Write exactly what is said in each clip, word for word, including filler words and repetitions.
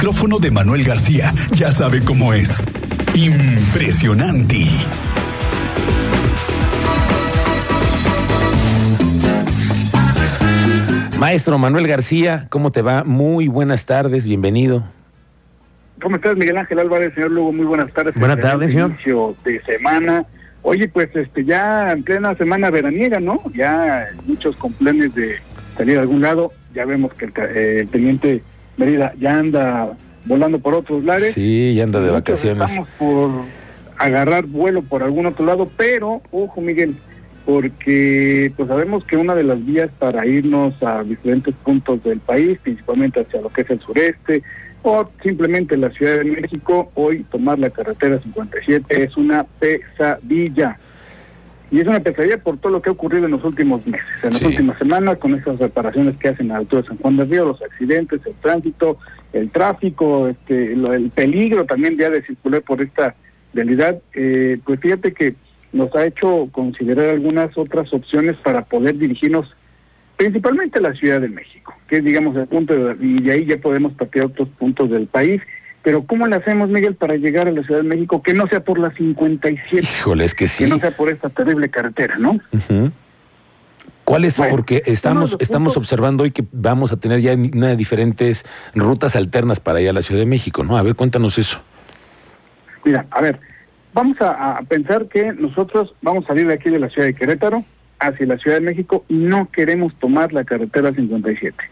micrófono de Manuel García, ya sabe cómo es. Impresionante. Maestro Manuel García, ¿cómo te va? Muy buenas tardes, bienvenido. ¿Cómo estás, Miguel Ángel Álvarez? Señor Lugo, muy buenas tardes. Buenas tardes, señor. Inicio de semana. Oye, pues este ya en plena semana veraniega, ¿no? Ya muchos con planes de salir a algún lado. Ya vemos que el, eh, el teniente Mérida ya anda volando por otros lares. Sí, ya anda de Muchos vacaciones. Estamos por agarrar vuelo por algún otro lado, pero, ojo, Miguel, porque pues sabemos que una de las vías para irnos a diferentes puntos del país, principalmente hacia lo que es el sureste, o simplemente la Ciudad de México, hoy tomar la carretera cincuenta y siete es una pesadilla. Y es una pesadilla por todo lo que ha ocurrido en los últimos meses, en las Sí. últimas semanas, con esas reparaciones que hacen a la altura de San Juan del Río, los accidentes, el tránsito, el tráfico, este, lo, el peligro también ya de circular por esta realidad. Eh, pues fíjate que nos ha hecho considerar algunas otras opciones para poder dirigirnos principalmente a la Ciudad de México, que es, digamos, el punto de, y de ahí ya podemos partir a otros puntos del país. Pero ¿cómo le hacemos, Miguel, para llegar a la Ciudad de México que no sea por la cincuenta y siete? Híjole, es que sí. Que no sea por esta terrible carretera, ¿no? Uh-huh. ¿Cuál es? Bueno, Porque estamos, estamos puntos... observando hoy que vamos a tener ya una de diferentes rutas alternas para ir a la Ciudad de México, ¿no? A ver, cuéntanos eso. Mira, a ver, vamos a, a pensar que nosotros vamos a salir de aquí de la ciudad de Querétaro hacia la Ciudad de México y no queremos tomar la carretera cincuenta y siete.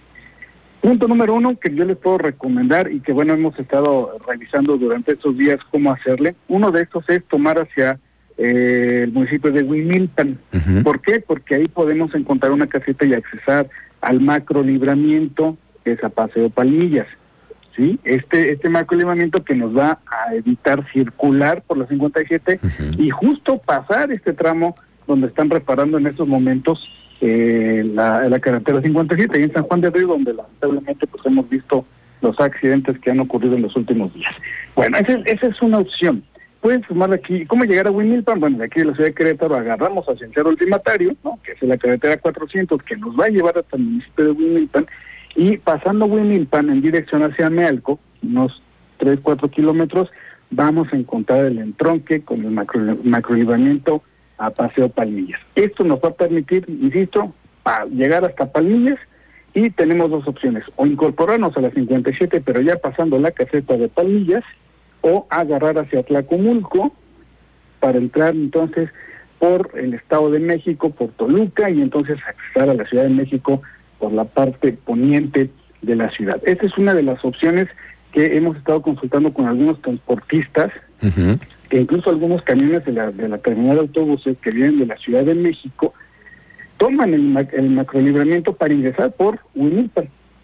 Punto número uno que yo les puedo recomendar y que bueno, hemos estado revisando durante estos días cómo hacerle. Uno de estos es tomar hacia eh, el municipio de Huimilpan. Uh-huh. ¿Por qué? Porque ahí podemos encontrar una caseta y accesar al macro libramiento, que es a Paseo Palmillas. ¿Sí? Este, este macro libramiento que nos va a evitar circular por la cincuenta y siete uh-huh. y justo pasar este tramo donde están reparando en estos momentos eh, la, la carretera cincuenta y siete, y en San Juan del Río, donde lamentablemente pues hemos visto los accidentes que han ocurrido en los últimos días. Bueno, esa, esa es una opción. Pueden sumar aquí, ¿cómo llegar a Huimilpan? Bueno, de aquí de la ciudad de Querétaro agarramos hacia el Cerro Ultimatario, ¿no? Que es la carretera cuatrocientos, que nos va a llevar hasta el municipio de Huimilpan, y pasando Huimilpan en dirección hacia Mealco, unos tres, cuatro kilómetros, vamos a encontrar el entronque con el macro, macrolibramiento a Paseo Palmillas. Esto nos va a permitir, insisto, a llegar hasta Palmillas, y tenemos dos opciones: o incorporarnos a la cincuenta y siete, pero ya pasando la caseta de Palmillas, o agarrar hacia Tlacomulco para entrar entonces por el Estado de México, por Toluca, y entonces accesar a la Ciudad de México por la parte poniente de la ciudad. Esta es una de las opciones que hemos estado consultando con algunos transportistas, uh-huh. que incluso algunos camiones de la, de la terminal de autobuses que vienen de la Ciudad de México toman el, el macrolibramiento para ingresar por Huimilpan,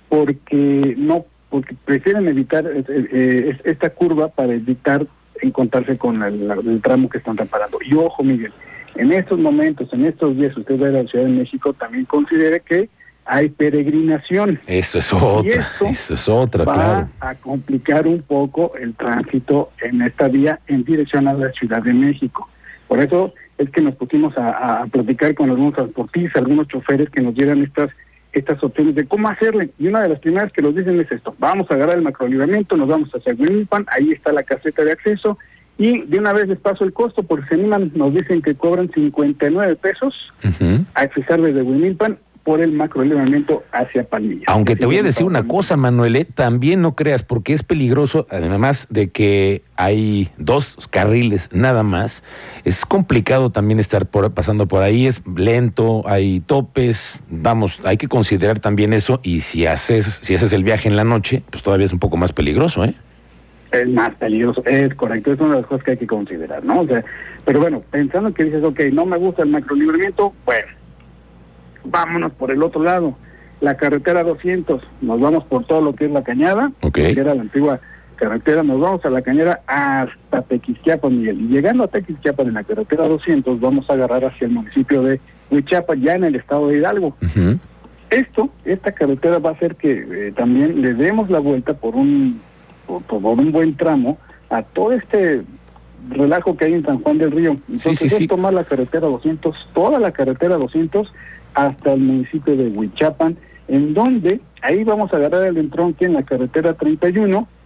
porque no, porque prefieren evitar eh, eh, esta curva para evitar encontrarse con el, el tramo que están reparando. Y ojo, Miguel, en estos momentos, en estos días, usted va a la Ciudad de México, también considere que hay peregrinación. Eso es otra, eso es otra, va claro. a complicar un poco el tránsito en esta vía en dirección a la Ciudad de México. Por eso es que nos pusimos a, a platicar con algunos transportistas, algunos choferes que nos dieran estas estas opciones de cómo hacerle. Y una de las primeras que nos dicen es esto: vamos a agarrar el macrolibramiento, nos vamos hacia Huimilpan, ahí está la caseta de acceso, y de una vez les paso el costo, porque se animan, nos dicen que cobran cincuenta y nueve pesos uh-huh. a accesar desde Huimilpan por el macrolibramiento hacia Palmillas. Aunque te voy a decir una cosa, Manuel, ¿eh? También no creas, porque es peligroso, además de que hay dos carriles nada más, es complicado también estar por, pasando por ahí, es lento, hay topes, vamos, hay que considerar también eso, y si haces, si haces el viaje en la noche, pues todavía es un poco más peligroso, ¿eh? Es más peligroso, es correcto, es una de las cosas que hay que considerar, ¿no? O sea, pero bueno, pensando que dices, ok, no me gusta el macrolibramiento, bueno, vámonos por el otro lado, la carretera doscientos, nos vamos por todo lo que es la Cañada, okay. que era la antigua carretera, nos vamos a la Cañada hasta Tequisquiapan, Miguel, y llegando a Tequisquiapan en la carretera doscientos, vamos a agarrar hacia el municipio de Huichapan, ya en el estado de Hidalgo. Uh-huh. Esto, esta carretera va a hacer que eh, también le demos la vuelta por un, por, por un buen tramo a todo este relajo que hay en San Juan del Río. Entonces sí, sí, es sí. tomar la carretera doscientos, toda la carretera doscientos, hasta el municipio de Huichapan, en donde ahí vamos a agarrar el entronque en la carretera treinta y uno,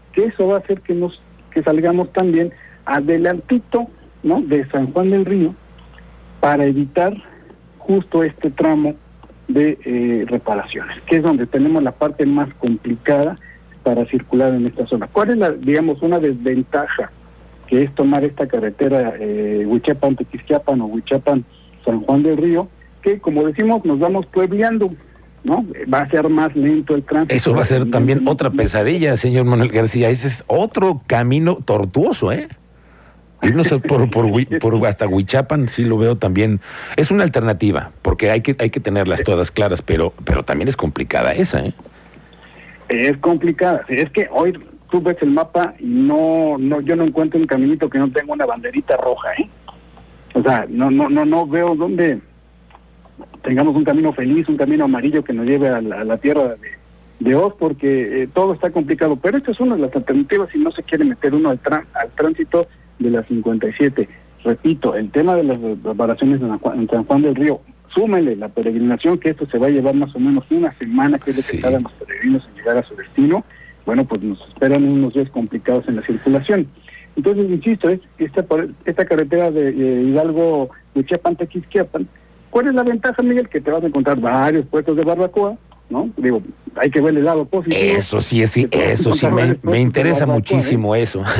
que eso va a hacer que nos que salgamos también adelantito, ¿no?, de San Juan del Río, para evitar justo este tramo de eh, reparaciones, que es donde tenemos la parte más complicada para circular en esta zona. ¿Cuál es la, digamos, una desventaja que es tomar esta carretera eh, Huichapan-Tequisquiapan o Huichapan-San Juan del Río? Que, como decimos, nos vamos puebleando, ¿no? Va a ser más lento el tránsito. Eso va a ser también otra pesadilla, señor Manuel García. Ese es otro camino tortuoso, ¿eh? Irnos por, por, por hasta Huichapan, sí lo veo también. Es una alternativa, porque hay que hay que tenerlas todas claras, pero pero también es complicada esa, ¿eh? Es complicada. Es que hoy tú ves el mapa y no no yo no encuentro un caminito que no tenga una banderita roja, ¿eh? O sea, no no no no veo dónde tengamos un camino feliz, un camino amarillo que nos lleve a la, a la tierra de, de Oz, porque eh, todo está complicado. Pero esta es una de las alternativas si no se quiere meter uno al, tran, al tránsito de la cincuenta y siete. Repito, el tema de las reparaciones en San Juan del Río, súmele la peregrinación, que esto se va a llevar más o menos una semana, que es lo que sí tardan los peregrinos en llegar a su destino. Bueno, pues nos esperan unos días complicados en la circulación. Entonces, insisto, es esta, esta carretera de eh, Hidalgo, Huichapan-Tequisquiapan, ¿cuál es la ventaja, Miguel? Que te vas a encontrar varios puestos de barbacoa, ¿no? Digo, hay que ver el lado positivo. Eso sí, sí, eso sí, me, me interesa muchísimo, ¿eh? Eso.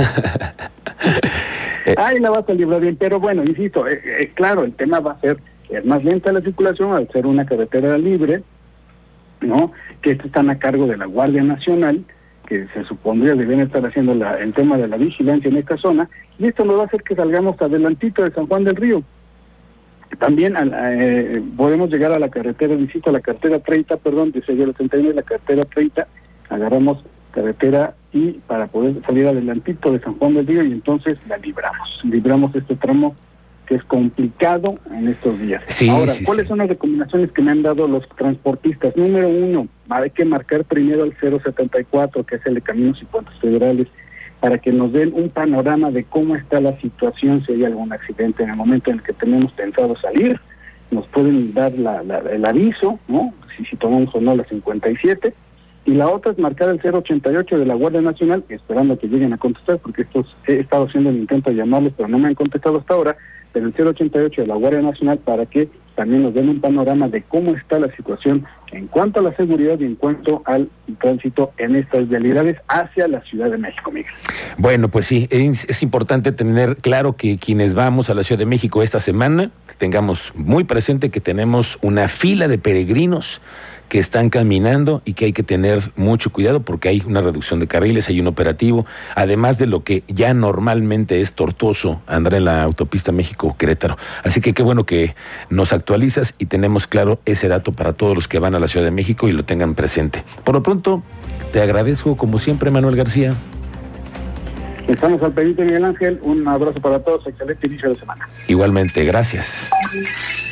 Ahí la vas a librar bien, pero bueno, insisto, eh, eh, claro, el tema va a ser, es más lenta la circulación al ser una carretera libre, ¿no? Que estos están a cargo de la Guardia Nacional, que se supondría deben estar haciendo la, el tema de la vigilancia en esta zona, y esto nos va a hacer que salgamos adelantito de San Juan del Río. También eh, podemos llegar a la carretera, visito a la carretera treinta, perdón, de Sevilla treinta y nueve, la carretera treinta, agarramos carretera y para poder salir adelantito de San Juan del Río y entonces la libramos, libramos este tramo que es complicado en estos días. Sí, Ahora, sí, ¿cuáles sí. son las recomendaciones que me han dado los transportistas? Número uno, hay que marcar primero el cero setenta y cuatro, que es el de Caminos y Puentes Federales, para que nos den un panorama de cómo está la situación, si hay algún accidente en el momento en el que tenemos pensado salir, nos pueden dar la, la, el aviso, ¿no? Si, si tomamos o no la cincuenta y siete, y la otra es marcar el cero ochenta y ocho de la Guardia Nacional, esperando que lleguen a contestar, porque estos he estado haciendo el intento de llamarles, pero no me han contestado hasta ahora, pero el cero ochenta y ocho de la Guardia Nacional para que también nos den un panorama de cómo está la situación en cuanto a la seguridad y en cuanto al tránsito en estas vialidades hacia la Ciudad de México, Miguel. Bueno, pues sí, es, es importante tener claro que quienes vamos a la Ciudad de México esta semana, tengamos muy presente que tenemos una fila de peregrinos que están caminando y que hay que tener mucho cuidado porque hay una reducción de carriles, hay un operativo, además de lo que ya normalmente es tortuoso andar en la autopista México-Querétaro. Así que qué bueno que nos actualizas y tenemos claro ese dato para todos los que van a la Ciudad de México y lo tengan presente. Por lo pronto, te agradezco como siempre, Manuel García. Estamos al pendiente, Miguel Ángel. Un abrazo para todos, excelente inicio de semana. Igualmente, gracias.